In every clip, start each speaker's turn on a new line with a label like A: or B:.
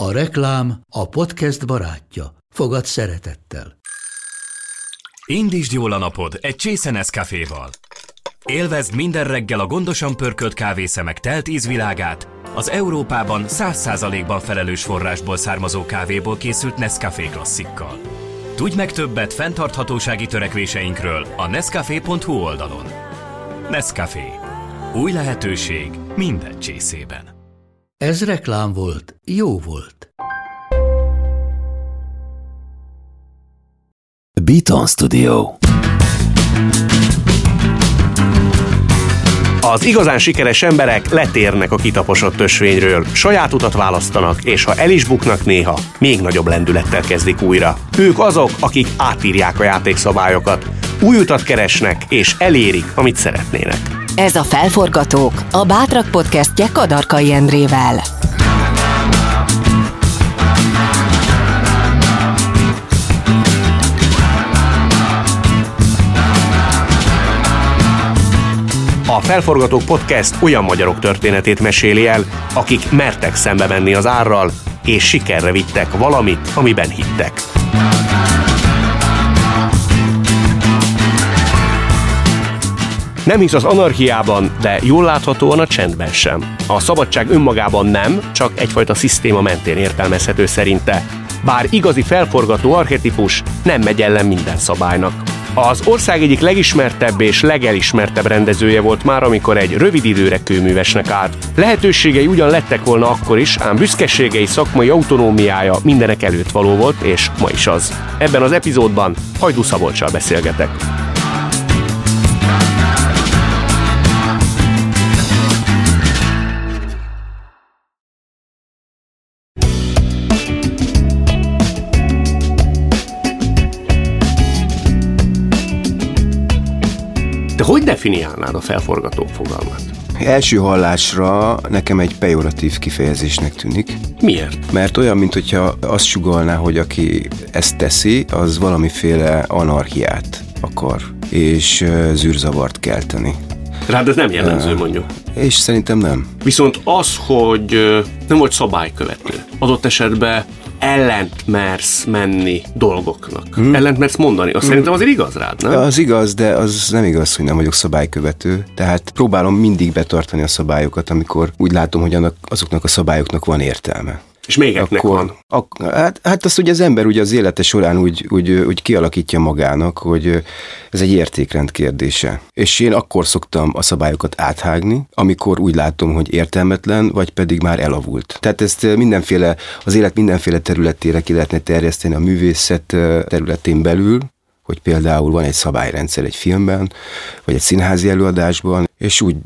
A: A reklám a podcast barátja. Fogad szeretettel.
B: Indítsd jól a napod egy csésze Nescaféval. Élvezd minden reggel a gondosan pörkölt kávészemek telt ízvilágát, az Európában 100%-ban felelős forrásból származó kávéból készült Nescafé klasszikkal. Tudj meg többet fenntarthatósági törekvéseinkről a nescafé.hu oldalon. Nescafé. Új lehetőség minden csészében.
A: Ez reklám volt, jó volt.
C: Beaton Studio. Az igazán sikeres emberek letérnek a kitaposott ösvényről, saját utat választanak, és ha el is buknak néha, még nagyobb lendülettel kezdik újra. Ők azok, akik átírják a játékszabályokat, új utat keresnek, és elérik, amit szeretnének.
D: Ez a Felforgatók, a Bátrak podcastje Kadarkai Endrével.
C: A Felforgatók podcast olyan magyarok történetét meséli el, akik mertek szembe menni az árral, és sikerre vittek valamit, amiben hittek. Nem hisz az anarchiában, de jól láthatóan a csendben sem. A szabadság önmagában nem, csak egyfajta szisztéma mentén értelmezhető szerinte. Bár igazi felforgató archetípus nem megy ellen minden szabálynak. Az ország egyik legismertebb és legelismertebb rendezője volt már, amikor egy rövid időre kőművesnek állt. Lehetőségei ugyan lettek volna akkor is, ám büszkeségei, szakmai autonómiája mindenek előtt való volt, és ma is az. Ebben az epizódban Hajdú Szabolccsal beszélgetek. De hogy definiálnád a felforgató fogalmat?
E: Első hallásra nekem egy pejoratív kifejezésnek tűnik.
C: Miért?
E: Mert olyan, mintha azt sugallná, hogy aki ezt teszi, az valamiféle anarchiát akar, és zűrzavart kelteni.
C: Rád ez nem jellemző, mondjuk.
E: És szerintem nem.
C: Viszont az, hogy nem vagy szabálykövető, adott esetben ellent mersz menni dolgoknak. Ellent mersz mondani. Azt szerintem azért igaz rád, nem?
E: Az igaz, de az nem igaz, hogy nem vagyok szabálykövető. Tehát próbálom mindig betartani a szabályokat, amikor úgy látom, hogy azoknak a szabályoknak van értelme.
C: És még eknek van.
E: Hát azt ugye az ember ugye az élete során úgy kialakítja magának, hogy ez egy értékrend kérdése. És én akkor szoktam a szabályokat áthágni, amikor úgy látom, hogy értelmetlen, vagy pedig már elavult. Tehát ezt az élet mindenféle területére ki lehetne terjeszteni, a művészet területén belül, hogy például van egy szabályrendszer egy filmben, vagy egy színházi előadásban, és úgy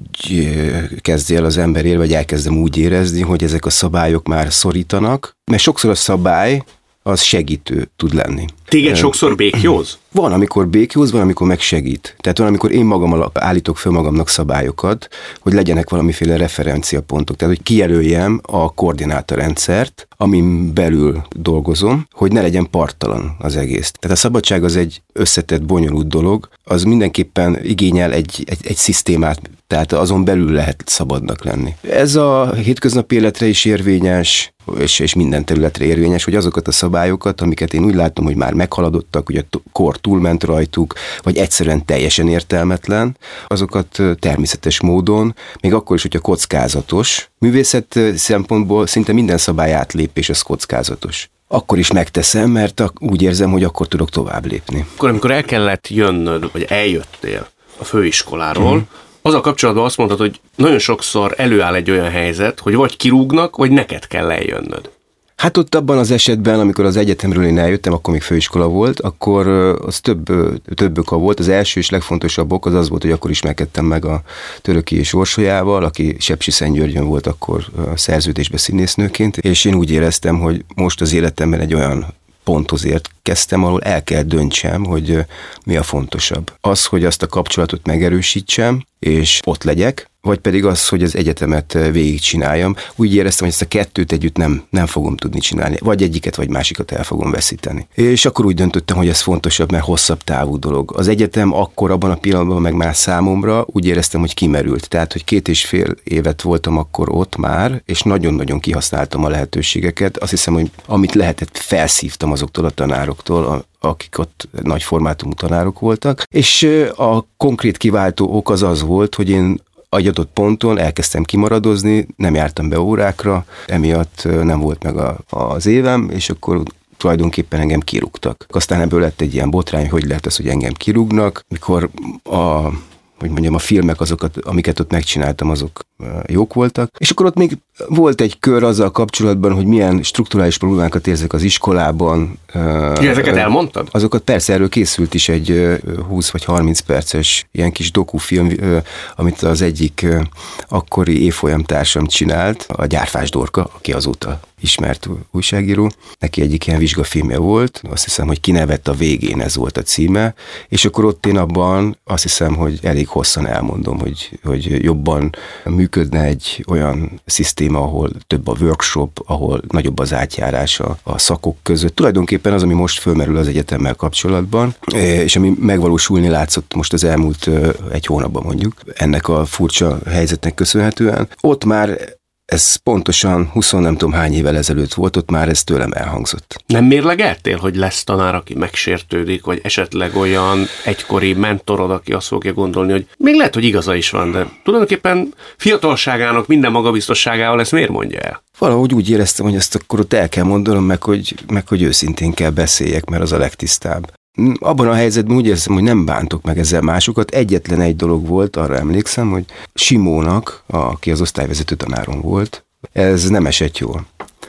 E: kezd el az ember vagy elkezdem úgy érezni, hogy ezek a szabályok már szorítanak, mert sokszor a szabály az segítő tud lenni.
C: Téged sokszor békjóz?
E: Van, amikor békjóz, van, amikor meg segít. Tehát van, amikor én magam állítok föl magamnak szabályokat, hogy legyenek valamiféle referenciapontok. Tehát, hogy kijelöljem a koordinátorrendszert, amin belül dolgozom, hogy ne legyen parttalan az egész. Tehát a szabadság az egy összetett, bonyolult dolog, az mindenképpen igényel egy szisztémát, tehát azon belül lehet szabadnak lenni. Ez a hétköznapi életre is érvényes, és minden területre érvényes, hogy azokat a szabályokat, amiket én úgy látom, hogy már meghaladottak, ugye a kor túlment rajtuk, vagy egyszerűen teljesen értelmetlen, azokat természetes módon, még akkor is, hogyha kockázatos, művészet szempontból szinte minden szabály átlépés az kockázatos. Akkor is megteszem, mert úgy érzem, hogy akkor tudok tovább lépni.
C: Akkor, amikor el kellett jönnöd, vagy eljöttél a főiskoláról, azzal kapcsolatban azt mondtad, hogy nagyon sokszor előáll egy olyan helyzet, hogy vagy kirúgnak, vagy neked kell eljönnöd.
E: Hát ott abban az esetben, amikor az egyetemről én eljöttem, akkor még főiskola volt, akkor az több oka volt. Az első és legfontosabb ok az volt, hogy akkor ismerkedtem meg a Töröki és Orsolyával, aki Sepsiszentgyörgyön volt akkor szerződésben színésznőként, és én úgy éreztem, hogy most az életemben egy olyan ponthoz érkeztem, ahol el kell döntsem, hogy mi a fontosabb. Az, hogy azt a kapcsolatot megerősítsem, és ott legyek, vagy pedig az, hogy az egyetemet végigcsináljam. Úgy éreztem, hogy ezt a kettőt együtt nem fogom tudni csinálni. Vagy egyiket, vagy másikat el fogom veszíteni. És akkor úgy döntöttem, hogy ez fontosabb, mert hosszabb távú dolog. Az egyetem akkor abban a pillanatban meg már számomra úgy éreztem, hogy kimerült. Tehát, hogy 2,5 évet voltam akkor ott már, és nagyon-nagyon kihasználtam a lehetőségeket. Azt hiszem, hogy amit lehetett, felszívtam azoktól a tanároktól, akik ott nagy formátumú tanárok voltak. És a konkrét kiváltó ok az volt, hogy én egy adott ponton elkezdtem kimaradozni, nem jártam be órákra, emiatt nem volt meg az évem, és akkor tulajdonképpen engem kirúgtak. Aztán ebből lett egy ilyen botrány, hogy lehet az, hogy engem kirúgnak, mikor a filmek azokat, amiket ott megcsináltam, azok jók voltak. És akkor ott még volt egy kör azzal kapcsolatban, hogy milyen strukturális problémákat érzek az iskolában.
C: Ezeket elmondtad?
E: Azokat persze, erről készült is egy 20 vagy 30 perces ilyen kis dokufilm, amit az egyik akkori évfolyamtársam csinált, a Gyárfás Dorka, aki azóta ismert újságíró. Neki egyik ilyen vizsgafilmje volt, azt hiszem, hogy Kinevett a végén, ez volt a címe, és akkor ott én abban azt hiszem, hogy elég hosszan elmondom, hogy jobban működne egy olyan szisztéma, ahol több a workshop, ahol nagyobb az átjárás a szakok között. Tulajdonképpen az, ami most fölmerül az egyetemmel kapcsolatban, és ami megvalósulni látszott most az elmúlt egy hónapban mondjuk, ennek a furcsa helyzetnek köszönhetően. Ott már ez pontosan 20 nem tudom hány évvel ezelőtt volt, ott már ez tőlem elhangzott.
C: Nem mérlegeltél, hogy lesz tanár, aki megsértődik, vagy esetleg olyan egykori mentorod, aki azt fogja gondolni, hogy még lehet, hogy igaza is van, de tulajdonképpen fiatalságának minden magabiztosságával ezt miért mondja el?
E: Valahogy úgy éreztem, hogy ezt akkor ott el kell mondanom, meg hogy őszintén kell beszéljek, mert az a legtisztább. Abban a helyzetben úgy érzem, hogy nem bántok meg ezzel másokat. Egyetlen egy dolog volt, arra emlékszem, hogy Simónak, aki az osztályvezető tanárom volt, ez nem esett jól.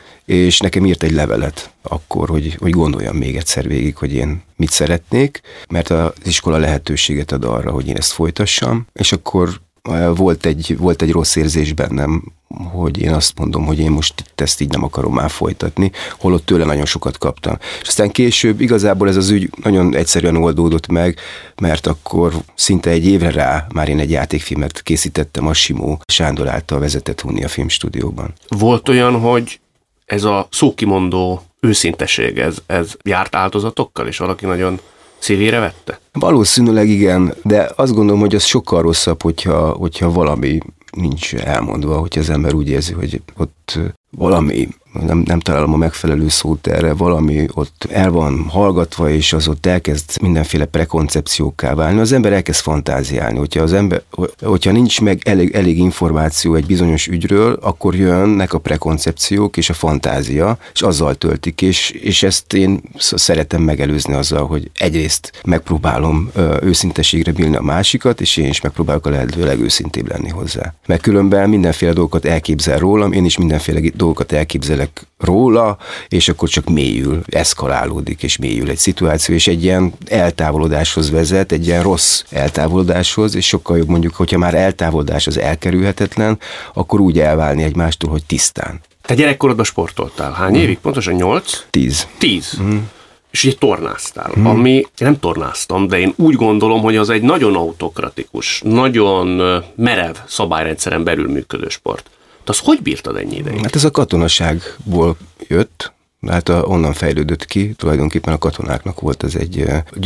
E: És nekem írt egy levelet akkor, hogy gondoljam még egyszer végig, hogy én mit szeretnék, mert az iskola lehetőséget ad arra, hogy én ezt folytassam, és akkor volt egy rossz érzés bennem, hogy én azt mondom, hogy én most ezt így nem akarom már folytatni, holott tőle nagyon sokat kaptam. És aztán később igazából ez az ügy nagyon egyszerűen oldódott meg, mert akkor szinte egy évre rá már én egy játékfilmet készítettem a Simó Sándor által vezetett Hunia Filmstúdióban.
C: Volt olyan, hogy ez a szókimondó őszinteség, ez járt áldozatokkal, és valaki nagyon szívére vette?
E: Valószínűleg igen, de azt gondolom, hogy az sokkal rosszabb, hogyha valami nincs elmondva, hogyha az ember úgy érzi, hogy ott valami, nem találom a megfelelő szót erre, valami ott el van hallgatva, és az ott elkezd mindenféle prekoncepciókká válni. Az ember elkezd fantáziálni. Hogyha nincs meg elég információ egy bizonyos ügyről, akkor jönnek a prekoncepciók és a fantázia, és azzal töltik, és ezt én szeretem megelőzni azzal, hogy egyrészt megpróbálom őszinteségre bírni a másikat, és én is megpróbálok a lehető legőszintébb lenni hozzá. Mert különben mindenféle dolgokat elképzel rólam, én is mindenféle dolgokat elképzelek róla, és akkor csak mélyül, eszkalálódik, és mélyül egy szituáció, és egy ilyen eltávolodáshoz vezet, egy ilyen rossz eltávolodáshoz, és sokkal jobb mondjuk, hogyha már eltávolodás az elkerülhetetlen, akkor úgy elválni egymástól, hogy tisztán.
C: Te gyerekkorodban sportoltál. Hány évig? Pontosan 8?
E: 10.
C: 10. És ugye tornáztál, ami, én nem tornáztam, de én úgy gondolom, hogy az egy nagyon autokratikus, nagyon merev szabályrendszeren belül működő sport. De azt hogy bírtad ennyi ideig?
E: Hát ez a katonaságból jött, hát onnan fejlődött ki, tulajdonképpen a katonáknak volt ez egy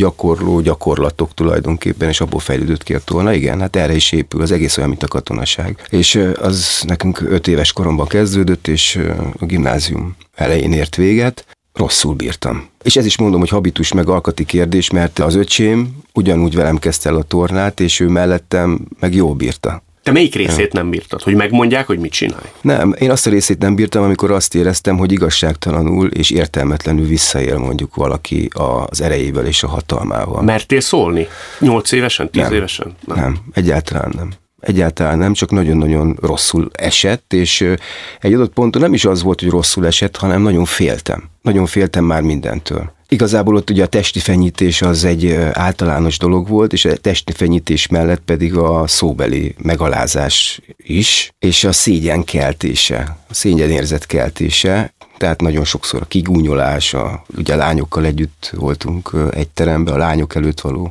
E: gyakorlatok tulajdonképpen, és abból fejlődött ki a torna. Igen, hát erre is épül, az egész olyan, mint a katonaság. És az nekünk 5 éves koromban kezdődött, és a gimnázium elején ért véget. Rosszul bírtam. És ez is mondom, hogy habitus meg alkati kérdés, mert az öcsém ugyanúgy velem kezdte el a tornát, és ő mellettem meg jól bírta.
C: Te melyik részét nem bírtad? Hogy megmondják, hogy mit csinálj?
E: Nem, én azt a részét nem bírtam, amikor azt éreztem, hogy igazságtalanul és értelmetlenül visszaél mondjuk valaki az erejével és a hatalmával.
C: Mertél szólni? 8 évesen? 10 évesen?
E: Nem, egyáltalán nem. Egyáltalán nem, csak nagyon-nagyon rosszul esett, és egy adott ponton nem is az volt, hogy rosszul esett, hanem nagyon féltem. Nagyon féltem már mindentől. Igazából ott ugye a testi fenyítés az egy általános dolog volt, és a testi fenyítés mellett pedig a szóbeli megalázás is, és a szégyen keltése, a szégyenérzet keltése, tehát nagyon sokszor a kigúnyolás, ugye a lányokkal együtt voltunk egy teremben, a lányok előtt való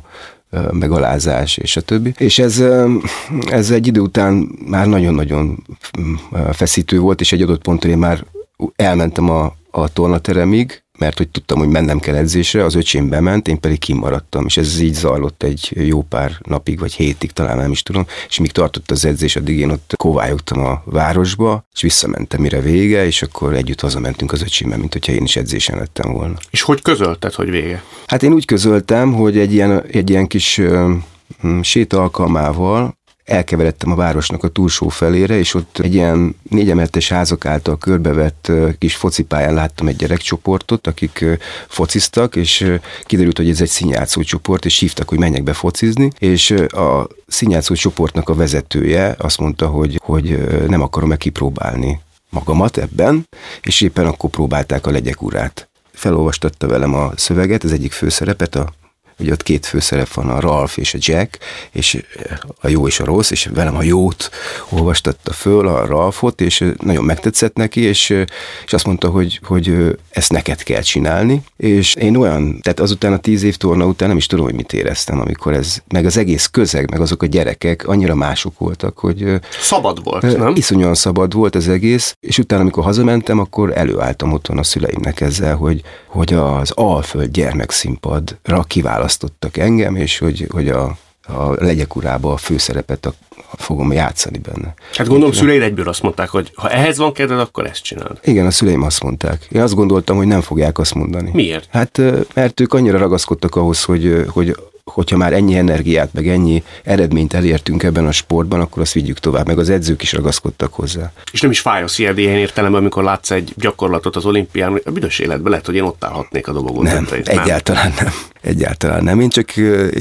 E: megalázás, és a többi. És ez egy idő után már nagyon-nagyon feszítő volt, és egy adott ponton én már elmentem a tornateremig, mert hogy tudtam, hogy mennem kell edzésre, az öcsém bement, én pedig kimaradtam, és ez így zajlott egy jó pár napig, vagy hétig, talán nem is tudom, és míg tartott az edzés, addig én ott kovályogtam a városba, és visszamentem, mire vége, és akkor együtt hazamentünk az öcsémmel, mint hogyha én is edzésen lettem volna.
C: És hogy közölted, hogy vége? Hát
E: én úgy közöltem, hogy egy ilyen kis séta alkalmával elkeveredtem a városnak a túlsó felére, és ott egy ilyen 4 emeletes házak által körbevett kis focipályán láttam egy gyerekcsoportot, akik fociztak, és kiderült, hogy ez egy színjátszó csoport, és hívtak, hogy menjek be focizni, és a színjátszó csoportnak a vezetője azt mondta, hogy nem akarom-e kipróbálni magamat ebben, és éppen akkor próbálták a Legyek urát. Felolvastatta velem a szöveget, az egyik főszerepet, ugye ott 2 főszerep van, a Ralph és a Jack, és a jó és a rossz, és velem a jót olvastatta föl, a Ralphot, és nagyon megtetszett neki, és azt mondta, hogy ezt neked kell csinálni, és én tehát azután a 10 év torna után nem is tudom, hogy mit éreztem, amikor meg az egész közeg, meg azok a gyerekek annyira mások voltak, hogy
C: szabad volt, nem?
E: Iszonyúan szabad volt az egész, és utána, amikor hazamentem, akkor előálltam otthon a szüleimnek ezzel, hogy az Alföld gyermekszínpadra kiválasztottak engem, és hogy a Legyek urába a főszerepet fogom játszani benne.
C: Hát gondolom szüleid egyből azt mondták, hogy ha ehhez van kedved, akkor ezt csinálod.
E: Igen, a szüleim azt mondták. Én azt gondoltam, hogy nem fogják azt mondani.
C: Miért?
E: Hát mert ők annyira ragaszkodtak ahhoz, hogyha már ennyi energiát, meg ennyi eredményt elértünk ebben a sportban, akkor azt vigyük tovább, meg az edzők is ragaszkodtak hozzá.
C: És nem is fáj a szíved ilyen értelemben, amikor látsz egy gyakorlatot az olimpián, a büdös életben lehet, hogy én ott állhatnék a dobogon.
E: Nem, egyáltalán nem. Egyáltalán nem. Én csak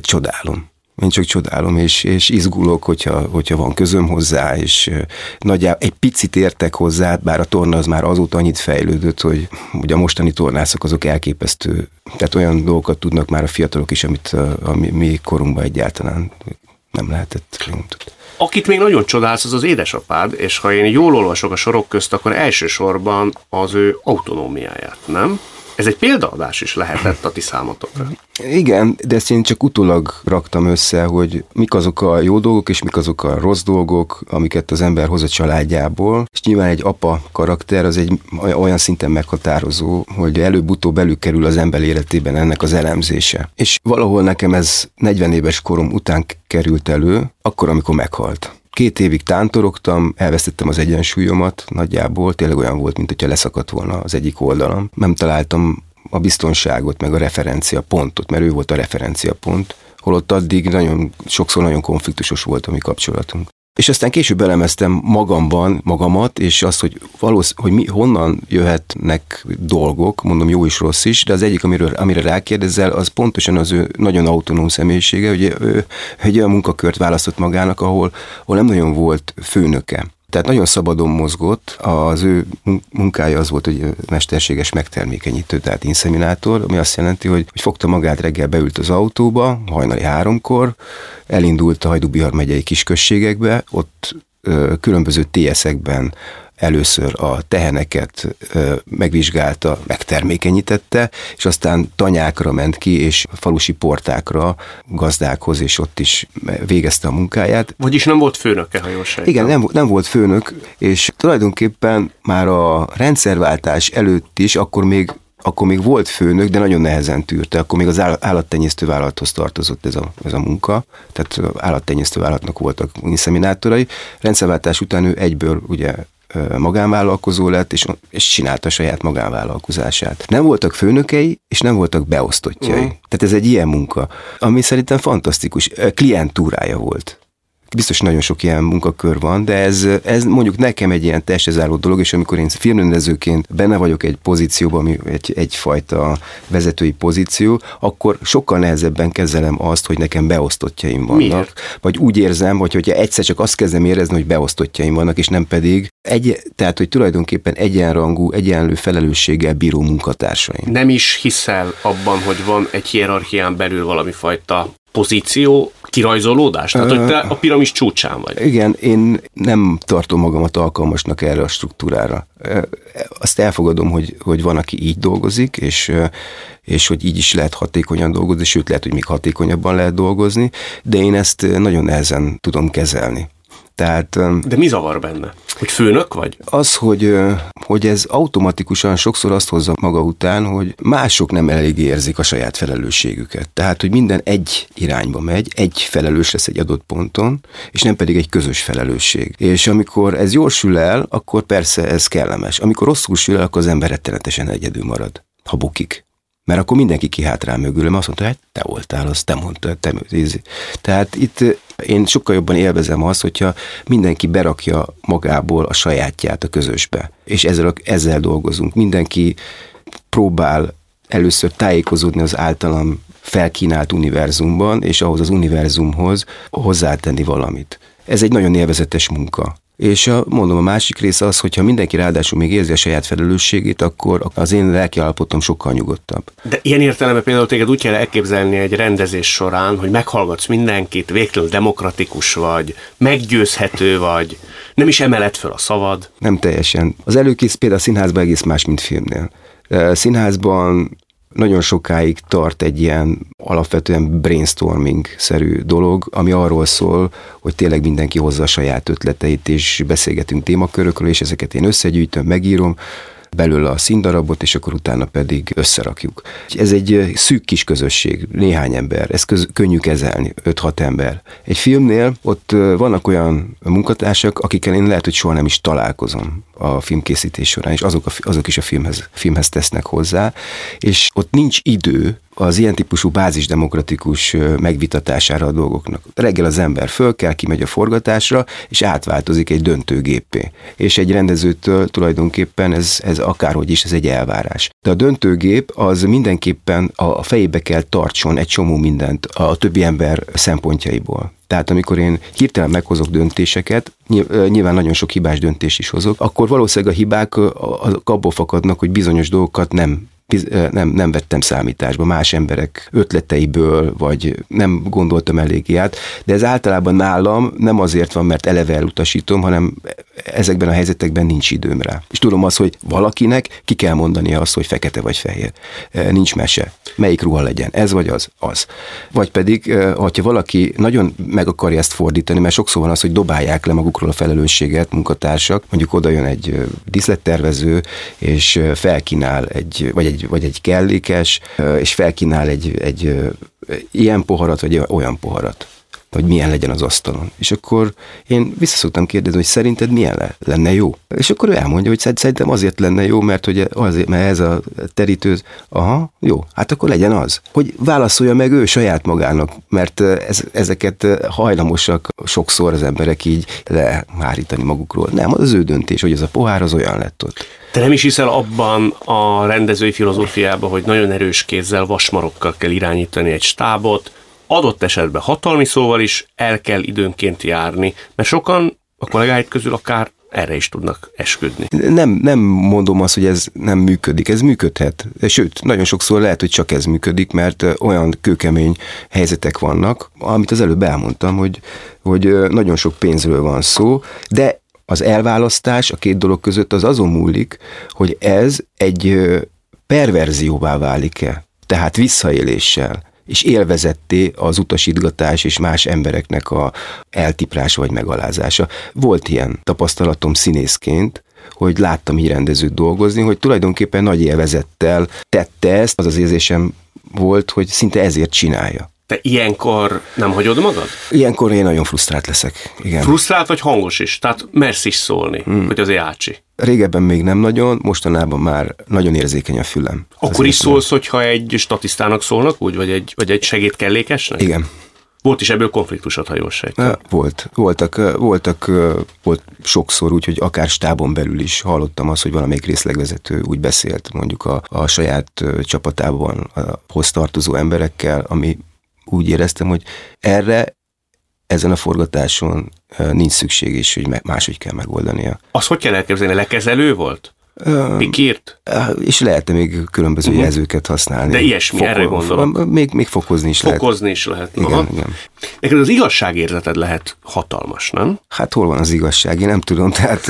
E: csodálom, és izgulok, hogyha van közöm hozzá, és nagyjából egy picit értek hozzá, bár a torna az már azóta annyit fejlődött, hogy ugye a mostani tornászok azok elképesztő, tehát olyan dolgokat tudnak már a fiatalok is, ami mi korunkban egyáltalán nem lehetett.
C: Akit még nagyon csodálsz, az az édesapád, és ha én jól olvasok a sorok közt, akkor elsősorban az ő autonómiáját, nem? Ez egy példaadás is lehetett a ti számotokra.
E: Igen, de ezt én csak utólag raktam össze, hogy mik azok a jó dolgok, és mik azok a rossz dolgok, amiket az ember hoz a családjából. És nyilván egy apa karakter az egy olyan szinten meghatározó, hogy előbb-utóbb előkerül az ember életében ennek az elemzése. És valahol nekem ez 40 éves korom után került elő, akkor, amikor meghalt. 2 évig tántorogtam, elvesztettem az egyensúlyomat nagyjából, tényleg olyan volt, mint hogyha leszakadt volna az egyik oldalam. Nem találtam a biztonságot, meg a referenciapontot, mert ő volt a referenciapont, holott addig sokszor nagyon konfliktusos volt a mi kapcsolatunk. És aztán később elemeztem magamat, és azt, hogy honnan jöhetnek dolgok, mondom jó is, rossz is, de az egyik, amire rákérdezel, az pontosan az ő nagyon autonóm személyisége, hogy ő egy olyan munkakört választott magának, ahol nem nagyon volt főnöke. Tehát nagyon szabadon mozgott, az ő munkája az volt, hogy mesterséges megtermékenyítő, tehát inszeminátor, ami azt jelenti, hogy fogta magát, reggel beült az autóba, hajnali 3-kor, elindult a Hajdú-Bihar megyei kisközségekbe, ott különböző TS-ekben először a teheneket megvizsgálta, megtermékenyítette, és aztán tanyákra ment ki, és falusi portákra, gazdákhoz, és ott is végezte a munkáját.
C: Vagyis nem volt főnöke, ha jól sejtem.
E: Igen, nem volt főnök, és tulajdonképpen már a rendszerváltás előtt is, akkor még volt főnök, de nagyon nehezen tűrte. Akkor még az állattenyésztő vállalathoz tartozott ez a munka, tehát állattenyésztő vállalatnak voltak inszeminátorai. Rendszerváltás után ő egyből ugye magánvállalkozó lett, és csinálta a saját magánvállalkozását. Nem voltak főnökei, és nem voltak beosztottjai. Tehát ez egy ilyen munka, ami szerintem fantasztikus. Klientúrája volt. Biztos nagyon sok ilyen munkakör van, de ez mondjuk nekem egy ilyen testezáró dolog, és amikor én filmrendezőként benne vagyok egy pozícióban, ami egyfajta vezetői pozíció, akkor sokkal nehezebben kezelem azt, hogy nekem beosztottjaim vannak.
C: Miért?
E: Vagy úgy érzem, hogyha egyszer csak azt kezdem érezni, hogy beosztottjaim vannak, és nem pedig tehát, hogy tulajdonképpen egyenrangú, egyenlő felelősséggel bíró munkatársaim.
C: Nem is hiszel abban, hogy van egy hierarchián belül valami fajta pozíció, kirajzolódás? Tehát, hogy te a piramis csúcsán vagy.
E: Igen, én nem tartom magamat alkalmasnak erre a struktúrára. Azt elfogadom, hogy van, aki így dolgozik, és hogy így is lehet hatékonyan dolgozni, sőt lehet, hogy még hatékonyabban lehet dolgozni, de én ezt nagyon nehezen tudom kezelni. Tehát,
C: de mi zavar benne? Hogy főnök vagy?
E: Az, hogy ez automatikusan sokszor azt hozza maga után, hogy mások nem elég érzik a saját felelősségüket. Tehát, hogy minden egy irányba megy, egy felelős lesz egy adott ponton, és nem pedig egy közös felelősség. És amikor ez jól sül el, akkor persze ez kellemes. Amikor rosszul sül el, akkor az ember rettenetesen egyedül marad, ha bukik. Mert akkor mindenki kihátrál mögülem, azt mondta, hogy te voltál, azt te mondtad, te műtézi. Tehát itt én sokkal jobban élvezem azt, hogyha mindenki berakja magából a sajátját a közösbe, és ezzel dolgozunk. Mindenki próbál először tájékozódni az általam felkínált univerzumban, és ahhoz az univerzumhoz hozzátenni valamit. Ez egy nagyon élvezetes munka. És mondom, a másik része az, hogyha mindenki ráadásul még érzi a saját felelősségét, akkor az én lelkiállapotom sokkal nyugodtabb.
C: De ilyen értelemben például téged úgy kell elképzelni egy rendezés során, hogy meghallgatsz mindenkit, végtelenül demokratikus vagy, meggyőzhető vagy, nem is emeled föl a szavad.
E: Nem teljesen. Az előkész például a színházban egész más, mint filmnél. Színházban nagyon sokáig tart egy ilyen alapvetően brainstorming-szerű dolog, ami arról szól, hogy tényleg mindenki hozza a saját ötleteit, és beszélgetünk témakörökről, és ezeket én összegyűjtöm, megírom, belőle a színdarabot, és akkor utána pedig összerakjuk. Ez egy szűk kis közösség, néhány ember, ez könnyű kezelni, 5-6 ember. Egy filmnél ott vannak olyan munkatársak, akikkel én lehet, hogy soha nem is találkozom a filmkészítés során, és azok is a filmhez tesznek hozzá, és ott nincs idő az ilyen típusú bázisdemokratikus megvitatására a dolgoknak. Reggel az ember föl kell, kimegy a forgatásra, és átváltozik egy döntőgéppé. És egy rendezőtől tulajdonképpen ez akárhogy is, ez egy elvárás. De a döntőgép az mindenképpen a fejébe kell tartson egy csomó mindent a többi ember szempontjaiból. Tehát amikor én hirtelen meghozok döntéseket, nyilván nagyon sok hibás döntést is hozok, akkor valószínűleg a hibák abból fakadnak, hogy bizonyos dolgokat nem vettem számításba, más emberek ötleteiből, vagy nem gondoltam eléggé át, de ez általában nálam nem azért van, mert eleve elutasítom, hanem ezekben a helyzetekben nincs időm rá. És tudom azt, hogy valakinek ki kell mondania azt, hogy fekete vagy fehér. Nincs mese. Melyik ruha legyen? Ez vagy az? Az. Vagy pedig, hogyha valaki nagyon meg akarja ezt fordítani, mert sokszor van az, hogy dobálják le magukról a felelősséget munkatársak, mondjuk oda jön egy díszlettervező, és felkínál vagy egy kellékes, és felkínál egy ilyen poharat, vagy olyan poharat, hogy milyen legyen az asztalon. És akkor én visszaszoktam kérdezni, hogy szerinted milyen lenne jó? És akkor ő elmondja, hogy szerintem azért lenne jó, mert ez a terítő, aha, jó, hát akkor legyen az. Hogy válaszolja meg ő saját magának, mert ezeket hajlamosak sokszor az emberek így lehárítani magukról. Nem, az ő döntés, hogy ez a pohár az olyan lett ott.
C: Te nem is hiszel abban a rendezői filozófiában, hogy nagyon erős kézzel, vasmarokkal kell irányítani egy stábot, adott esetben hatalmi szóval is el kell időnként járni, mert sokan a kollégáid közül akár erre is tudnak esküdni.
E: Nem mondom azt, hogy ez nem működik, ez működhet. Sőt, nagyon sokszor lehet, hogy csak ez működik, mert olyan kőkemény helyzetek vannak, amit az előbb elmondtam, hogy nagyon sok pénzről van szó, de az elválasztás a két dolog között az azon múlik, hogy ez egy perverzióvá válik-e, tehát visszaéléssel, és élvezetté az utasítgatás és más embereknek a eltiprása vagy megalázása. Volt ilyen tapasztalatom színészként, hogy láttam így rendezőt dolgozni, hogy tulajdonképpen nagy élvezettel tette ezt, az érzésem volt, hogy szinte ezért csinálja.
C: Te ilyenkor nem hagyod magad?
E: Ilyenkor én nagyon frusztrált leszek, igen.
C: Frusztrált vagy hangos is? Tehát mersz is szólni, hogy az ácsi.
E: Régebben még nem nagyon, mostanában már nagyon érzékeny a fülem.
C: Akkor is szólsz, hogyha egy statisztának szólnak úgy, vagy egy segédkellékesnek?
E: Igen.
C: Volt is ebből konfliktusod, ha jól sejtem.
E: Volt sokszor úgy, hogy akár stábon belül is hallottam azt, hogy valamelyik részlegvezető úgy beszélt mondjuk a saját csapatában hoz tartozó emberekkel, ami úgy éreztem, hogy ezen a forgatáson nincs szükség is, hogy máshogy kell megoldania.
C: Az hogy kell elképzelni? Lekezelő volt? Pikírt?
E: És lehetne még különböző jelzőket használni.
C: De ilyesmi, erre gondolok.
E: Még fokozni is lehet.
C: Fokozni is lehet.
E: Igen.
C: Neked az igazságérzeted lehet hatalmas, nem?
E: Hát hol van az igazság? Én nem tudom. Tehát,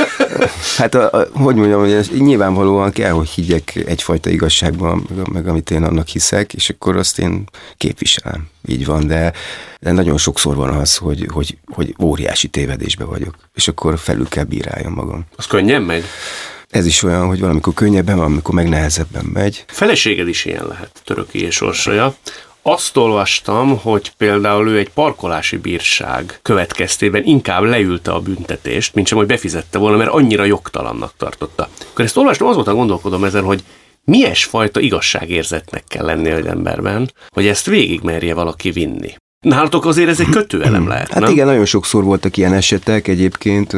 E: hogy mondjam, hogy nyilvánvalóan kell, hogy higgyek egyfajta igazságban, meg amit én annak hiszek, és akkor azt én képviselem. Így van, de nagyon sokszor van az, hogy óriási tévedésbe vagyok, és akkor felül kell bíráljam magam.
C: Az könnyen megy?
E: Ez is olyan, hogy valamikor könnyebben, valamikor meg nehezebben megy.
C: Feleséged is ilyen lehet, Töröki és Orsolya. Azt olvastam, hogy például ő egy parkolási bírság következtében inkább leülte a büntetést, mint sem, hogy befizette volna, mert annyira jogtalannak tartotta. Akkor ezt olvastam, azóta gondolkodom ezen, hogy milyes fajta igazságérzetnek kell lennie egy emberben, hogy ezt végig merje valaki vinni. Nálatok azért ez egy kötőelem lehet,
E: hát
C: nem?
E: Igen, nagyon sokszor voltak ilyen esetek egyébként,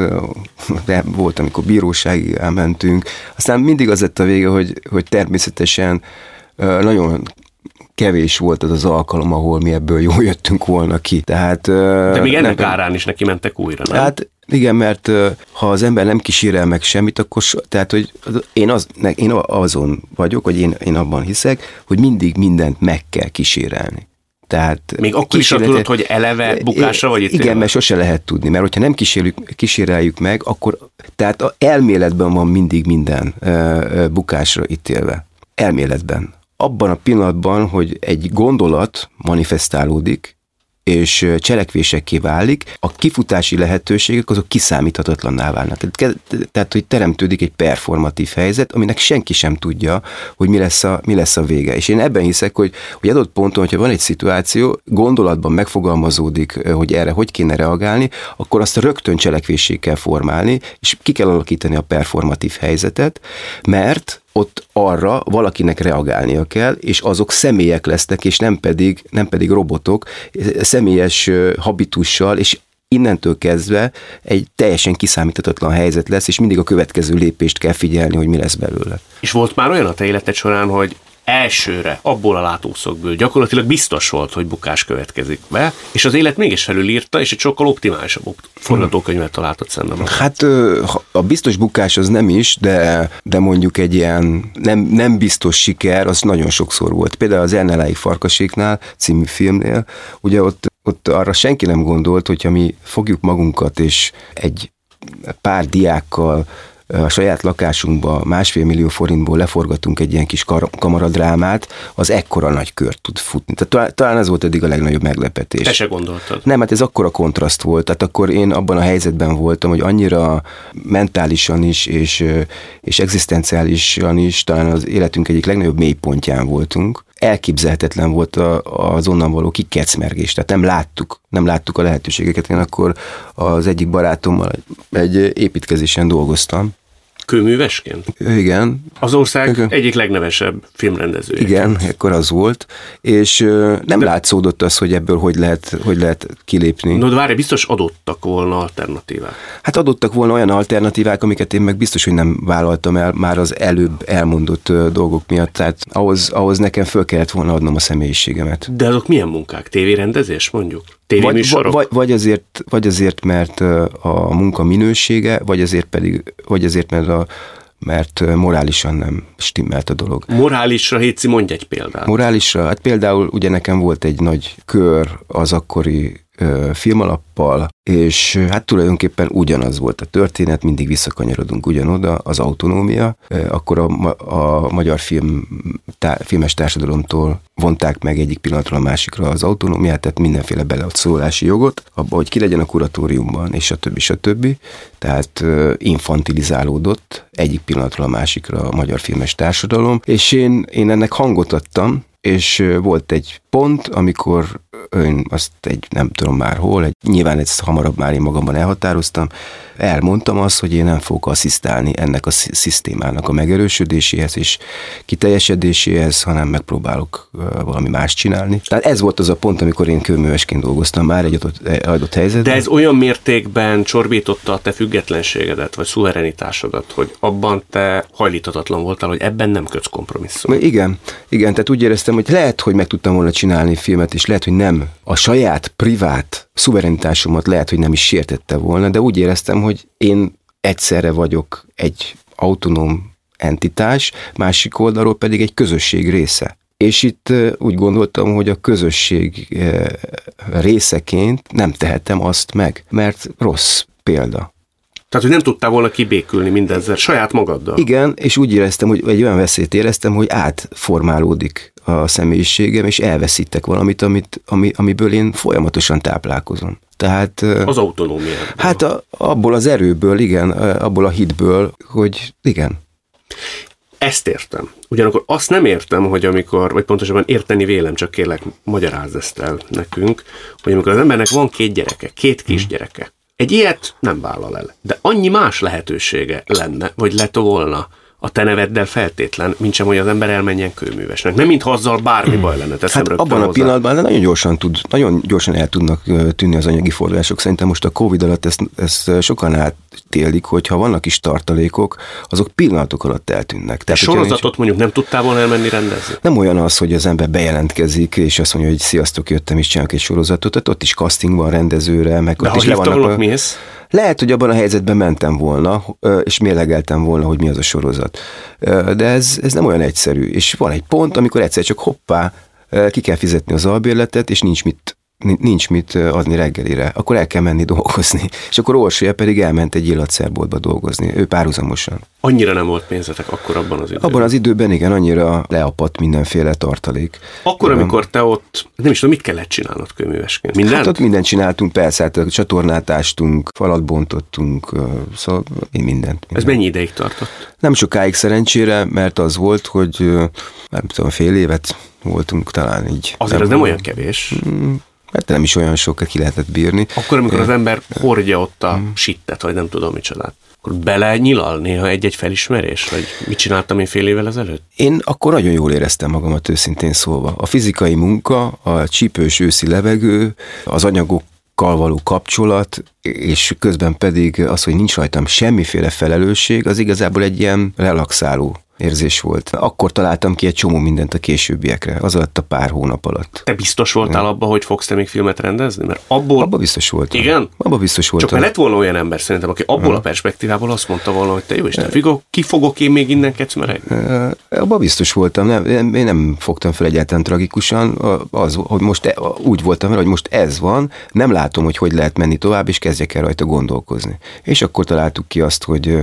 E: de volt, amikor bíróságig elmentünk. Aztán mindig az lett a vége, hogy természetesen nagyon kevés volt az alkalom, ahol mi ebből jól jöttünk volna ki. Tehát,
C: de még ennek árán is neki mentek újra, nem?
E: Hát igen, mert ha az ember nem kísérel meg semmit, akkor tehát, hogy én azon vagyok, hogy én abban hiszek, hogy mindig mindent meg kell kísérelni. Tehát
C: még akkor is tudod, hogy eleve bukásra vagy ítélve?
E: Igen, mert sose lehet tudni, mert hogyha nem kíséreljük meg, akkor tehát elméletben van mindig minden bukásra ítélve. Elméletben. Abban a pillanatban, hogy egy gondolat manifestálódik, és cselekvésekké válik, a kifutási lehetőségek azok kiszámíthatatlanná válnak. Tehát, hogy teremtődik egy performatív helyzet, aminek senki sem tudja, hogy mi lesz a vége. És én ebben hiszek, hogy adott ponton, hogyha van egy szituáció, gondolatban megfogalmazódik, hogy erre hogy kéne reagálni, akkor azt rögtön cselekvéssé kell formálni, és ki kell alakítani a performatív helyzetet, mert ott arra valakinek reagálnia kell, és azok személyek lesznek, és nem pedig robotok, személyes habitussal, és innentől kezdve egy teljesen kiszámíthatatlan helyzet lesz, és mindig a következő lépést kell figyelni, hogy mi lesz belőle.
C: És volt már olyan a te életed során, hogy elsőre, abból a látószögből gyakorlatilag biztos volt, hogy bukás következik be, és az élet mégis felülírta, és egy sokkal optimálisabb forgatókönyvet találtott szemben.
E: Hát a biztos bukás az nem is, de mondjuk egy ilyen nem biztos siker, az nagyon sokszor volt. Például az Ernelái Farkaséknál című filmnél, ugye ott arra senki nem gondolt, hogyha mi fogjuk magunkat, és egy pár diákkal a saját lakásunkba 1,5 millió forintból leforgatunk egy ilyen kis kamaradrámát, az ekkora nagy kört tud futni. Tehát talán ez volt eddig a legnagyobb meglepetés.
C: Te se gondoltad?
E: Nem, hát ez akkora kontraszt volt. Tehát akkor én abban a helyzetben voltam, hogy annyira mentálisan is, és egzisztenciálisan is talán az életünk egyik legnagyobb mélypontján voltunk. Elképzelhetetlen volt az onnan való kikecmergés, tehát nem láttuk a lehetőségeket. Én akkor az egyik barátommal egy építkezésen dolgoztam.
C: Kőművesként?
E: Igen.
C: Az ország egyik legnevesebb filmrendezője.
E: Igen, akkor az volt, és nem látszódott az, hogy ebből hogy lehet kilépni.
C: No, de várj, biztos adottak volna alternatívák.
E: Hát adottak volna olyan alternatívák, amiket én meg biztos, hogy nem vállaltam el már az előbb elmondott dolgok miatt, tehát ahhoz nekem föl kellett volna adnom a személyiségemet.
C: De azok milyen munkák? Tévérendezés mondjuk?
E: Vagy azért, mert a munka minősége, vagy azért, mert morálisan nem stimmelt a dolog.
C: Morálisra, Héci, mondj egy példát.
E: Morálisra? Hát például ugye nekem volt egy nagy kör az akkori filmalappal, és hát tulajdonképpen ugyanaz volt a történet, mindig visszakanyarodunk ugyanoda, az autonómia. Akkor a magyar filmes társadalomtól vonták meg egyik pillanatról a másikra az autonómiát, tehát mindenféle beleszólási jogot, abba, hogy ki legyen a kuratóriumban, és stb. Tehát infantilizálódott egyik pillanatról a másikra a magyar filmes társadalom, és én ennek hangot adtam, és volt egy pont, amikor én azt nem tudom már hol, nyilván ezt hamarabb már én magamban elhatároztam, elmondtam azt, hogy én nem fogok asszisztálni ennek a szisztémának a megerősödéséhez és kiteljesedéséhez, hanem megpróbálok valami más csinálni. Tehát ez volt az a pont, amikor én kőművesként dolgoztam már egy adott helyzetben. De
C: ez olyan mértékben csorbította a te függetlenségedet, vagy szuverenitásodat, hogy abban te hajlíthatatlan voltál, hogy ebben nem kötsz kompromisszumot.
E: Igen, tehát úgy éreztem, hogy lehet, hogy meg tudtam volna csinálni filmet, és lehet, hogy nem. A saját privát szuverenitásomat lehet, hogy nem is sértette volna, de úgy éreztem, hogy én egyszerre vagyok egy autonóm entitás, másik oldalról pedig egy közösség része. És itt úgy gondoltam, hogy a közösség részeként nem tehetem azt meg, mert rossz példa.
C: Tehát, hogy nem tudtál volna kibékülni mindezzel saját magaddal.
E: Igen, és úgy éreztem, hogy egy olyan veszélyt éreztem, hogy átformálódik a személyiségem, és elveszítek valamit, amiből én folyamatosan táplálkozom. Tehát...
C: Az autonómiából.
E: Hát abból az erőből, igen, abból a hitből, hogy igen.
C: Ezt értem. Ugyanakkor azt nem értem, hogy amikor, vagy pontosabban érteni vélem, csak kérlek, magyarázz ezt el nekünk, hogy amikor az embernek van 2 gyereke, 2 kisgyereke, egy ilyet nem vállal el. De annyi más lehetősége lenne, vagy lett volna a te neveddel feltétlen, mint sem, hogy az ember elmenjen kőművesnek. Nem mintha azzal bármi baj lenne.
E: Hát abban a pillanatban nagyon gyorsan el tudnak tűnni az anyagi források. Szerintem most a Covid alatt ezt sokan átélik, hogy ha vannak is tartalékok, azok pillanatok alatt eltűnnek.
C: Tehát, sorozatot mondjuk nem tudtál volna elmenni rendezni?
E: Nem olyan az, hogy az ember bejelentkezik, és azt mondja, hogy sziasztok, jöttem és csinálok egy sorozatot, tehát ott is casting van rendezőre, meg
C: de
E: ott is
C: le vannak mész?
E: Lehet, hogy abban a helyzetben mentem volna, és mérlegeltem volna, hogy mi az a sorozat. De ez nem olyan egyszerű. És van egy pont, amikor egyszer csak hoppá, ki kell fizetni az albérletet, és nincs mit adni reggelire. Akkor el kell menni dolgozni. És akkor Orsolya pedig elment egy illatszerboltba dolgozni. Ő párhuzamosan.
C: Annyira nem volt pénzetek akkor abban az időben?
E: Abban az időben igen, annyira leapadt mindenféle tartalék.
C: Akkor, amikor te ott, nem is tudom, mit kellett csinálnod kőművesként? Mindent?
E: Hát ott mindent csináltunk, persze, hát csatornát ástunk, falat bontottunk, szóval mindent.
C: Ez mennyi ideig tartott?
E: Nem sokáig szerencsére, mert az volt, hogy nem tudom, fél évet voltunk talán így.
C: Azért ez nem olyan kevés.
E: Hát nem is olyan sokat ki lehetett bírni.
C: Akkor, amikor az ember hordja ott a sittet, vagy nem tudom micsodát, akkor bele nyilal néha egy-egy felismerés, vagy mit csináltam én fél évvel ezelőtt?
E: Én akkor nagyon jól éreztem magamat, őszintén szólva. A fizikai munka, a csípős őszi levegő, az anyagokkal való kapcsolat, és közben pedig az, hogy nincs rajtam semmiféle felelősség, az igazából egy ilyen relaxáló érzés volt. Akkor találtam ki egy csomó mindent a későbbiekre, az alatt a pár hónap alatt.
C: Te biztos voltál abban, hogy fogsz te még filmet rendezni? Mert abban
E: biztos voltam.
C: Igen?
E: Abban biztos voltam.
C: Csak lett volna olyan ember szerintem, aki abból a perspektívából azt mondta volna, hogy te jó Isten, ki fogok én még innen kecmereg?
E: Abban biztos voltam. Én nem fogtam fel egyáltalán tragikusan. Hogy most úgy voltam vele, hogy most ez van, nem látom, hogy lehet menni tovább, és kezdjek el rajta gondolkozni. És akkor találtuk ki azt, hogy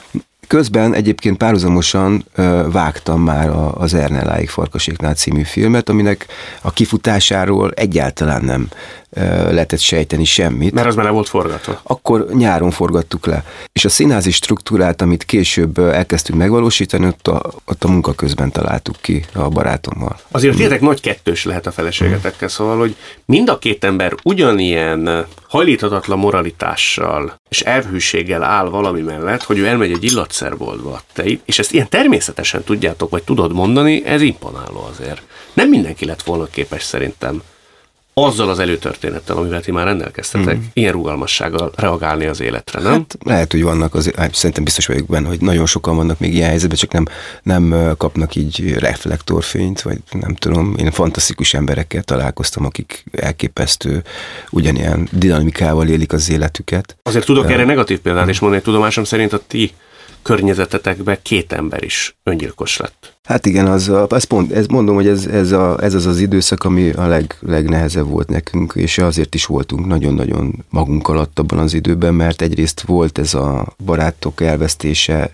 E: közben egyébként párhuzamosan vágtam már az Ernelláig Farkaséknál című filmet, aminek a kifutásáról egyáltalán nem lehetett sejteni semmit.
C: Mert az már le volt forgatva.
E: Akkor nyáron forgattuk le. És a színházi struktúrát, amit később elkezdtünk megvalósítani, ott a munka közben találtuk ki a barátommal.
C: Azért tényleg nagy kettős lehet a feleségetekkel, szóval, hogy mind a 2 ember ugyanilyen hajlíthatatlan moralitással és elvhűséggel áll valami mellett, hogy ő elmegy egy illatszerboltba, és ezt ilyen természetesen tudjátok, vagy tudod mondani, ez imponáló azért. Nem mindenki lett volna képes szerintem azzal az előtörténettel, amivel ti már rendelkeztetek, ilyen rugalmassággal reagálni az életre, nem?
E: Hát lehet, hogy vannak, szerintem biztos vagyok benne, hogy nagyon sokan vannak még ilyen helyzetben, csak nem kapnak így reflektorfényt, vagy nem tudom, én fantasztikus emberekkel találkoztam, akik elképesztő ugyanilyen dinamikával élik az életüket.
C: Azért tudok erre negatív példát is mondani, tudomásom szerint a ti környezetetekben 2 ember is öngyilkos lett.
E: Hát igen, mondom, hogy ez az időszak, ami a legnehezebb volt nekünk, és azért is voltunk nagyon-nagyon magunk alatt abban az időben, mert egyrészt volt ez a barátok elvesztése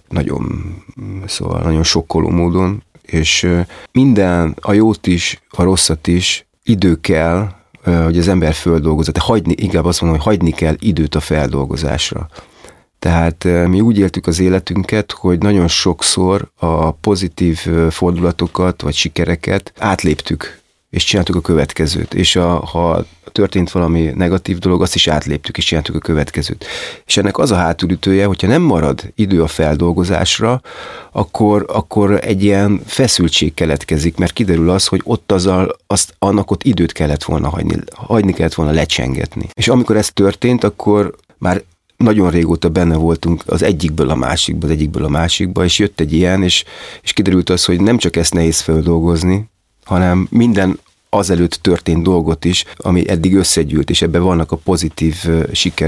E: nagyon sokkoló módon, és minden, a jót is, a rosszat is idő kell, hogy az ember földolgozza, inkább azt mondom, hogy hagyni kell időt a feldolgozásra. Tehát mi úgy éltük az életünket, hogy nagyon sokszor a pozitív fordulatokat vagy sikereket átléptük, és csináltuk a következőt. És ha történt valami negatív dolog, azt is átléptük, és csináltuk a következőt. És ennek az a hátulütője, hogyha nem marad idő a feldolgozásra, akkor egy ilyen feszültség keletkezik, mert kiderül az, hogy ott annak ott időt kellett volna hagyni kellett volna lecsengetni. És amikor ez történt, akkor már nagyon régóta benne voltunk az egyikből a másikba, és jött egy ilyen, és kiderült az, hogy nem csak ezt nehéz feldolgozni, hanem minden azelőtt történt dolgot is, ami eddig összegyűlt, és ebben vannak a pozitív sikerek,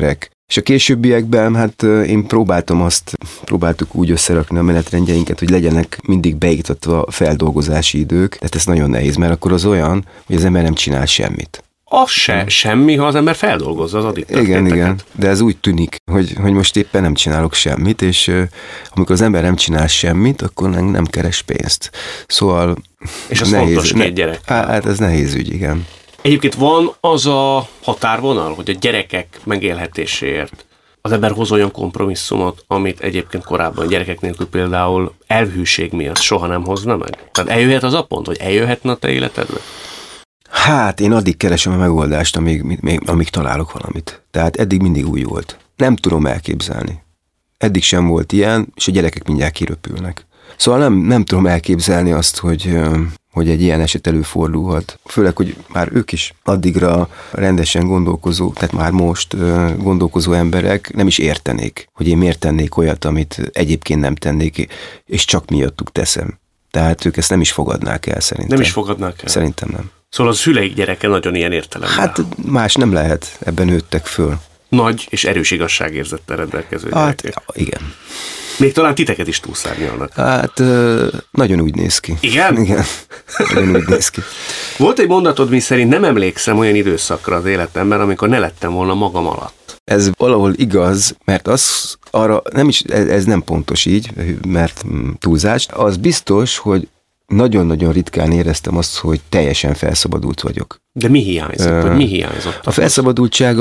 E: És a későbbiekben, hát én próbáltuk úgy összerakni a menetrendjeinket, hogy legyenek mindig beiktatva feldolgozási idők, tehát ez nagyon nehéz, mert akkor az olyan, hogy az ember nem csinál semmit.
C: Az se semmi, ha az ember feldolgozza az addig történteket.
E: Igen, de ez úgy tűnik, hogy most éppen nem csinálok semmit, és amikor az ember nem csinál semmit, akkor nem keres pénzt. Szóval
C: és az
E: nehéz,
C: fontos két gyerek.
E: Hát ez nehéz ügy, igen.
C: Egyébként van az a határvonal, hogy a gyerekek megélhetéséért az ember hoz olyan kompromisszumot, amit egyébként korábban gyerekek nélkül például elhűség miatt soha nem hozna meg? Tehát eljöhet az a pont, hogy eljöhetne a te életedbe?
E: Hát én addig keresem a megoldást, amíg találok valamit. Tehát eddig mindig úgy volt. Nem tudom elképzelni. Eddig sem volt ilyen, és a gyerekek mindjárt kiröpülnek. Szóval nem tudom elképzelni azt, hogy egy ilyen eset előfordulhat. Főleg, hogy már ők is addigra rendesen gondolkozó, tehát már most gondolkozó emberek nem is értenék, hogy én miért tennék olyat, amit egyébként nem tennék, és csak miattuk teszem. Tehát ők ezt nem is fogadnák el szerintem.
C: Nem is fogadnák el?
E: Szerintem nem.
C: Szóval a szüleik gyereke nagyon ilyen értelemben.
E: Hát más nem lehet, ebben nőttek föl.
C: Nagy és erős igazságérzettel rendelkező gyerekek.
E: Hát igen.
C: Még talán titeket is túlszárnyalnak.
E: Hát nagyon úgy néz ki.
C: Igen?
E: Igen, nagyon úgy néz ki.
C: Volt egy mondatod, mi szerint nem emlékszem olyan időszakra az életemben, amikor ne lettem volna magam alatt.
E: Ez valahol igaz, mert arra nem is, ez nem pontos így, mert túlzás. Az biztos, hogy nagyon-nagyon ritkán éreztem azt, hogy teljesen felszabadult vagyok.
C: De mi hiányzott? Vagy mi hiányzott?
E: A felszabadultság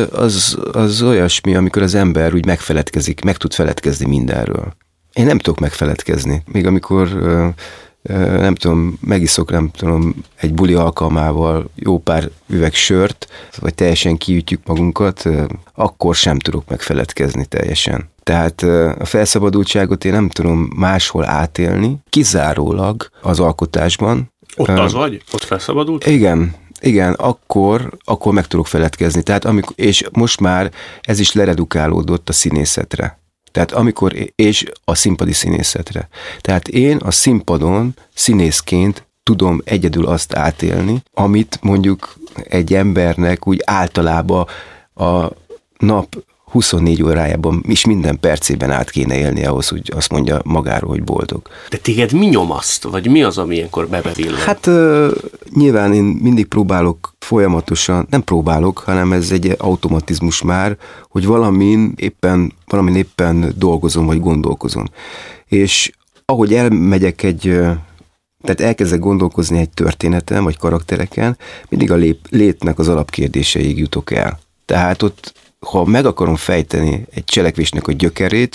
E: az olyasmi, amikor az ember úgy megfeledkezik, meg tud feledkezni mindenről. Én nem tudok megfeledkezni. Még amikor nem tudom, megiszok, nem tudom, egy buli alkalmával jó pár üveg sört, vagy teljesen kiütjük magunkat, akkor sem tudok megfeledkezni teljesen. Tehát a felszabadultságot én nem tudom máshol átélni, kizárólag az alkotásban.
C: Ott az vagy? Ott felszabadult?
E: Igen, akkor meg tudok feledkezni. Tehát és most már ez is leredukálódott a színészetre. Tehát és a színpadi színészetre. Tehát én a színpadon színészként tudom egyedül azt átélni, amit mondjuk egy embernek úgy általában a nap 24 órájában és minden percében át kéne élni ahhoz, hogy azt mondja magáról, hogy boldog.
C: De téged mi nyomaszt? Vagy mi az, ami ilyenkor bebevillan?
E: Hát nyilván én mindig próbálok folyamatosan, nem próbálok, hanem ez egy automatizmus már, hogy valamin éppen dolgozom, vagy gondolkozom. És ahogy elmegyek tehát elkezdek gondolkozni egy történeten, vagy karaktereken, mindig a létnek az alapkérdéseig jutok el. Tehát ott, ha meg akarom fejteni egy cselekvésnek a gyökerét,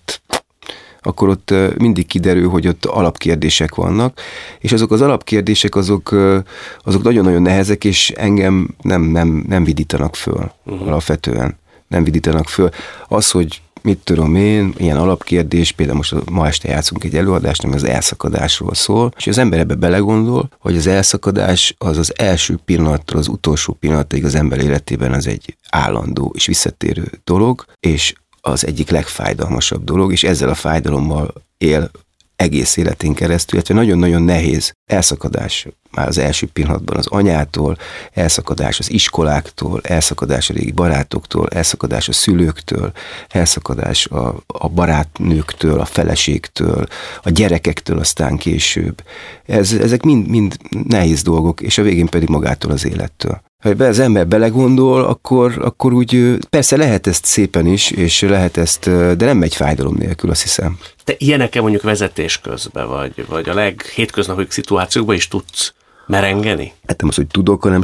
E: akkor ott mindig kiderül, hogy ott alapkérdések vannak, és azok az alapkérdések azok nagyon-nagyon nehezek, és engem nem vidítanak föl alapvetően. Nem vidítanak föl. Az, hogy mit tudom én, ilyen alapkérdés, például most ma este játszunk egy előadást, ami az elszakadásról szól, és az ember ebbe belegondol, hogy az elszakadás az első pillanattól az utolsó pillanatig az ember életében az egy állandó és visszatérő dolog, és az egyik legfájdalmasabb dolog, és ezzel a fájdalommal él egész életén keresztül, illetve nagyon-nagyon nehéz elszakadás már az első pillanatban az anyától, elszakadás az iskoláktól, elszakadás a régi barátoktól, elszakadás a szülőktől, elszakadás a barátnőktől, a feleségtől, a gyerekektől aztán később. Ezek mind nehéz dolgok, és a végén pedig magától az élettől. Ha az ember belegondol, akkor úgy persze lehet ezt szépen is, és lehet ezt, de nem megy fájdalom nélkül, azt hiszem.
C: Te ilyenekkel mondjuk vezetés közben, vagy a leghétköznapi szituációkban is tudsz merengeni?
E: Hát nem az, hogy tudok, hanem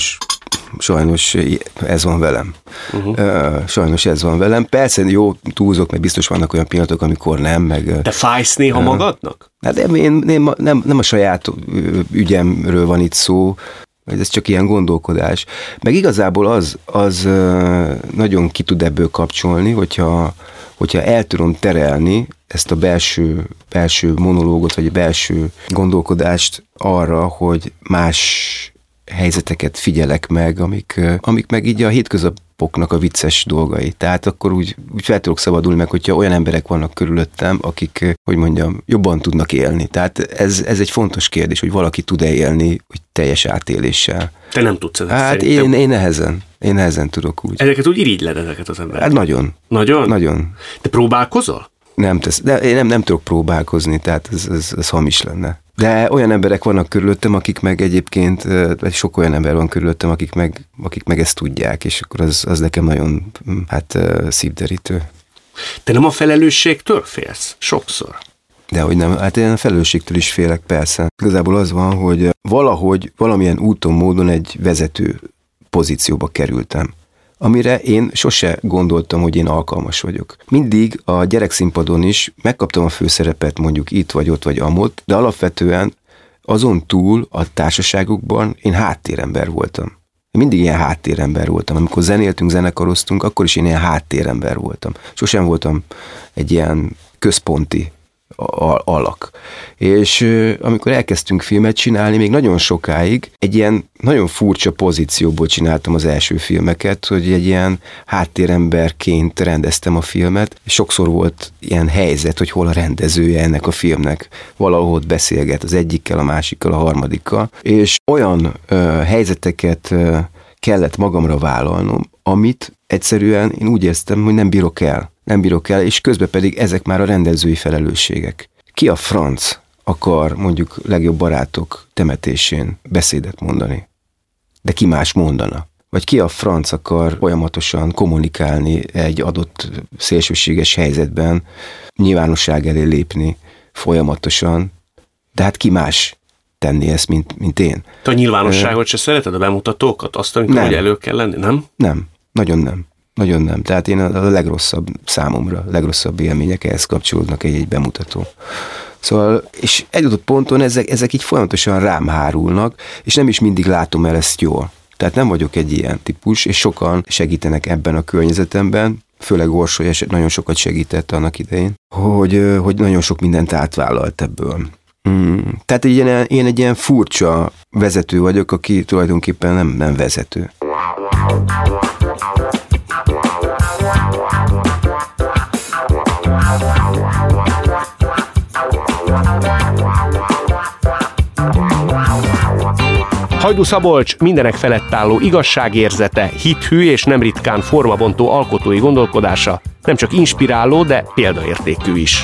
E: sajnos ez van velem. Sajnos ez van velem. Persze jó, túlzok, mert biztos vannak olyan pillanatok, amikor nem.
C: Te fájsz néha magadnak?
E: Hát én nem a saját ügyemről van itt szó, ez csak ilyen gondolkodás. Meg igazából az nagyon ki tud ebből kapcsolni, hogyha el tudom terelni ezt a belső monológot, vagy a belső gondolkodást arra, hogy más helyzeteket figyelek meg, amik meg így a hétköznapoknak a vicces dolgai. Tehát akkor úgy fel tudok szabadulni meg, hogyha olyan emberek vannak körülöttem, akik, hogy mondjam, jobban tudnak élni. Tehát ez egy fontos kérdés, hogy valaki tud-e élni, hogy teljes átéléssel.
C: Te nem tudsz ezt
E: Hát
C: szerintem.
E: én nehezen. Én nehezen tudok úgy.
C: Ezeket úgy irigyled ezeket az embereket?
E: Hát nagyon.
C: Nagyon?
E: Nagyon.
C: Te próbálkozol?
E: Nem tesz, de én nem tudok próbálkozni, tehát ez hamis lenne. De olyan emberek vannak körülöttem, akik meg egyébként, vagy sok olyan ember van körülöttem, akik meg ezt tudják, és akkor az nekem nagyon szívderítő.
C: Te nem a felelősségtől félsz? Sokszor.
E: Dehogy nem, hát én a felelősségtől is félek, persze. Igazából az van, hogy valamilyen úton, módon egy vezető pozícióba kerültem, amire én sose gondoltam, hogy én alkalmas vagyok. Mindig a gyerekszínpadon is megkaptam a főszerepet, mondjuk itt vagy ott vagy amott, de alapvetően azon túl a társaságokban én háttérember voltam. Én mindig ilyen háttérember voltam. Amikor zenéltünk, zenekaroztunk, akkor is én ilyen háttérember voltam. Sosem voltam egy ilyen központi alak. És amikor elkezdtünk filmet csinálni, még nagyon sokáig egy ilyen nagyon furcsa pozícióból csináltam az első filmeket, hogy egy ilyen háttéremberként rendeztem a filmet. Sokszor volt ilyen helyzet, hogy hol a rendezője ennek a filmnek. Valahol ott beszélget az egyikkel, a másikkal, a harmadikkal. És olyan helyzeteket kellett magamra vállalnom, amit egyszerűen én úgy éreztem, hogy nem bírok el, és közben pedig ezek már a rendezői felelősségek. Ki a franc akar mondjuk legjobb barátok temetésén beszédet mondani? De ki más mondana? Vagy ki a franc akar folyamatosan kommunikálni egy adott szélsőséges helyzetben, nyilvánosság elé lépni folyamatosan, de hát ki más tenni ezt, mint én?
C: Te a nyilvánosságot se szereted, a bemutatókat? Azt, amikor hogy elő kell lenni, nem?
E: Nem, nagyon nem. Nagyon nem. Tehát én a legrosszabb számomra, legrosszabb élmények ehhez kapcsolódnak egy bemutató. Szóval, és egy adott ponton ezek így folyamatosan rám hárulnak, és nem is mindig látom el ezt jól. Tehát nem vagyok egy ilyen típus, és sokan segítenek ebben a környezetemben, főleg Orsoly nagyon sokat segített annak idején, hogy nagyon sok mindent átvállalt ebből. Tehát én egy ilyen furcsa vezető vagyok, aki tulajdonképpen nem vezető.
C: Hajdú Szabolcs mindenek felett álló igazságérzete, hithű és nem ritkán formabontó alkotói gondolkodása nem csak inspiráló, de példaértékű is.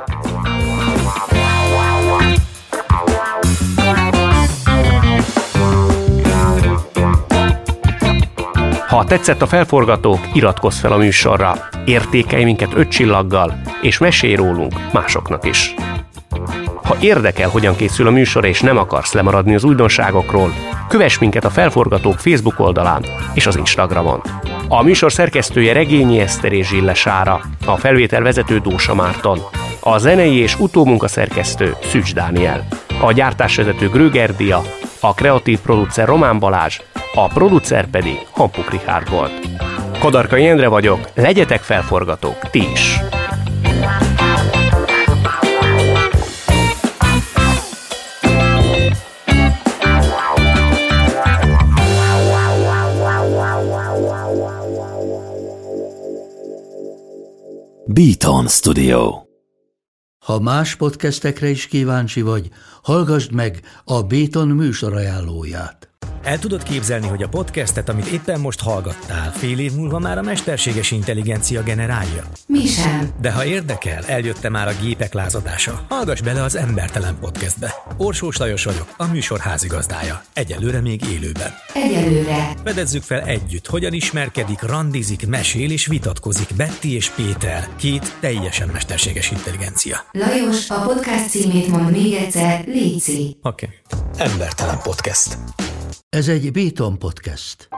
C: Ha tetszett a Felforgatók, iratkozz fel a műsorra, értékelj minket 5 csillaggal, és mesélj rólunk másoknak is. Ha érdekel, hogyan készül a műsor, és nem akarsz lemaradni az újdonságokról, kövess minket a Felforgatók Facebook oldalán és az Instagramon. A műsor szerkesztője Regényi Eszter és Zsille Sára, a felvétel vezető Dósa Márton, a zenei és utómunkaszerkesztő Szűcs Dániel, a gyártásvezető Gröger Dia, a kreatív producer Román Balázs, a producer pedig Hampuk Richárd volt. Kadarkai Endre vagyok, legyetek felforgatók ti is!
A: Beaton Studio. Ha más podcastekre is kíváncsi vagy, hallgassd meg a Beaton műsorajánlóját.
F: El tudod képzelni, hogy a podcastet, amit éppen most hallgattál, fél év múlva már a mesterséges intelligencia generálja?
D: Mi sem.
F: De ha érdekel, eljött már a gépek lázadása. Hallgass bele az Embertelen Podcastbe. Orsós Lajos vagyok, a műsor házigazdája. Egyelőre még élőben.
D: Egyelőre.
F: Fedezzük fel együtt, hogyan ismerkedik, randizik, mesél és vitatkozik Betty és Péter, 2 teljesen mesterséges intelligencia.
D: Lajos, a podcast címét mond még egyszer, léci.
F: Oké. Embertelen Podcast.
A: Ez egy Beaton podcast.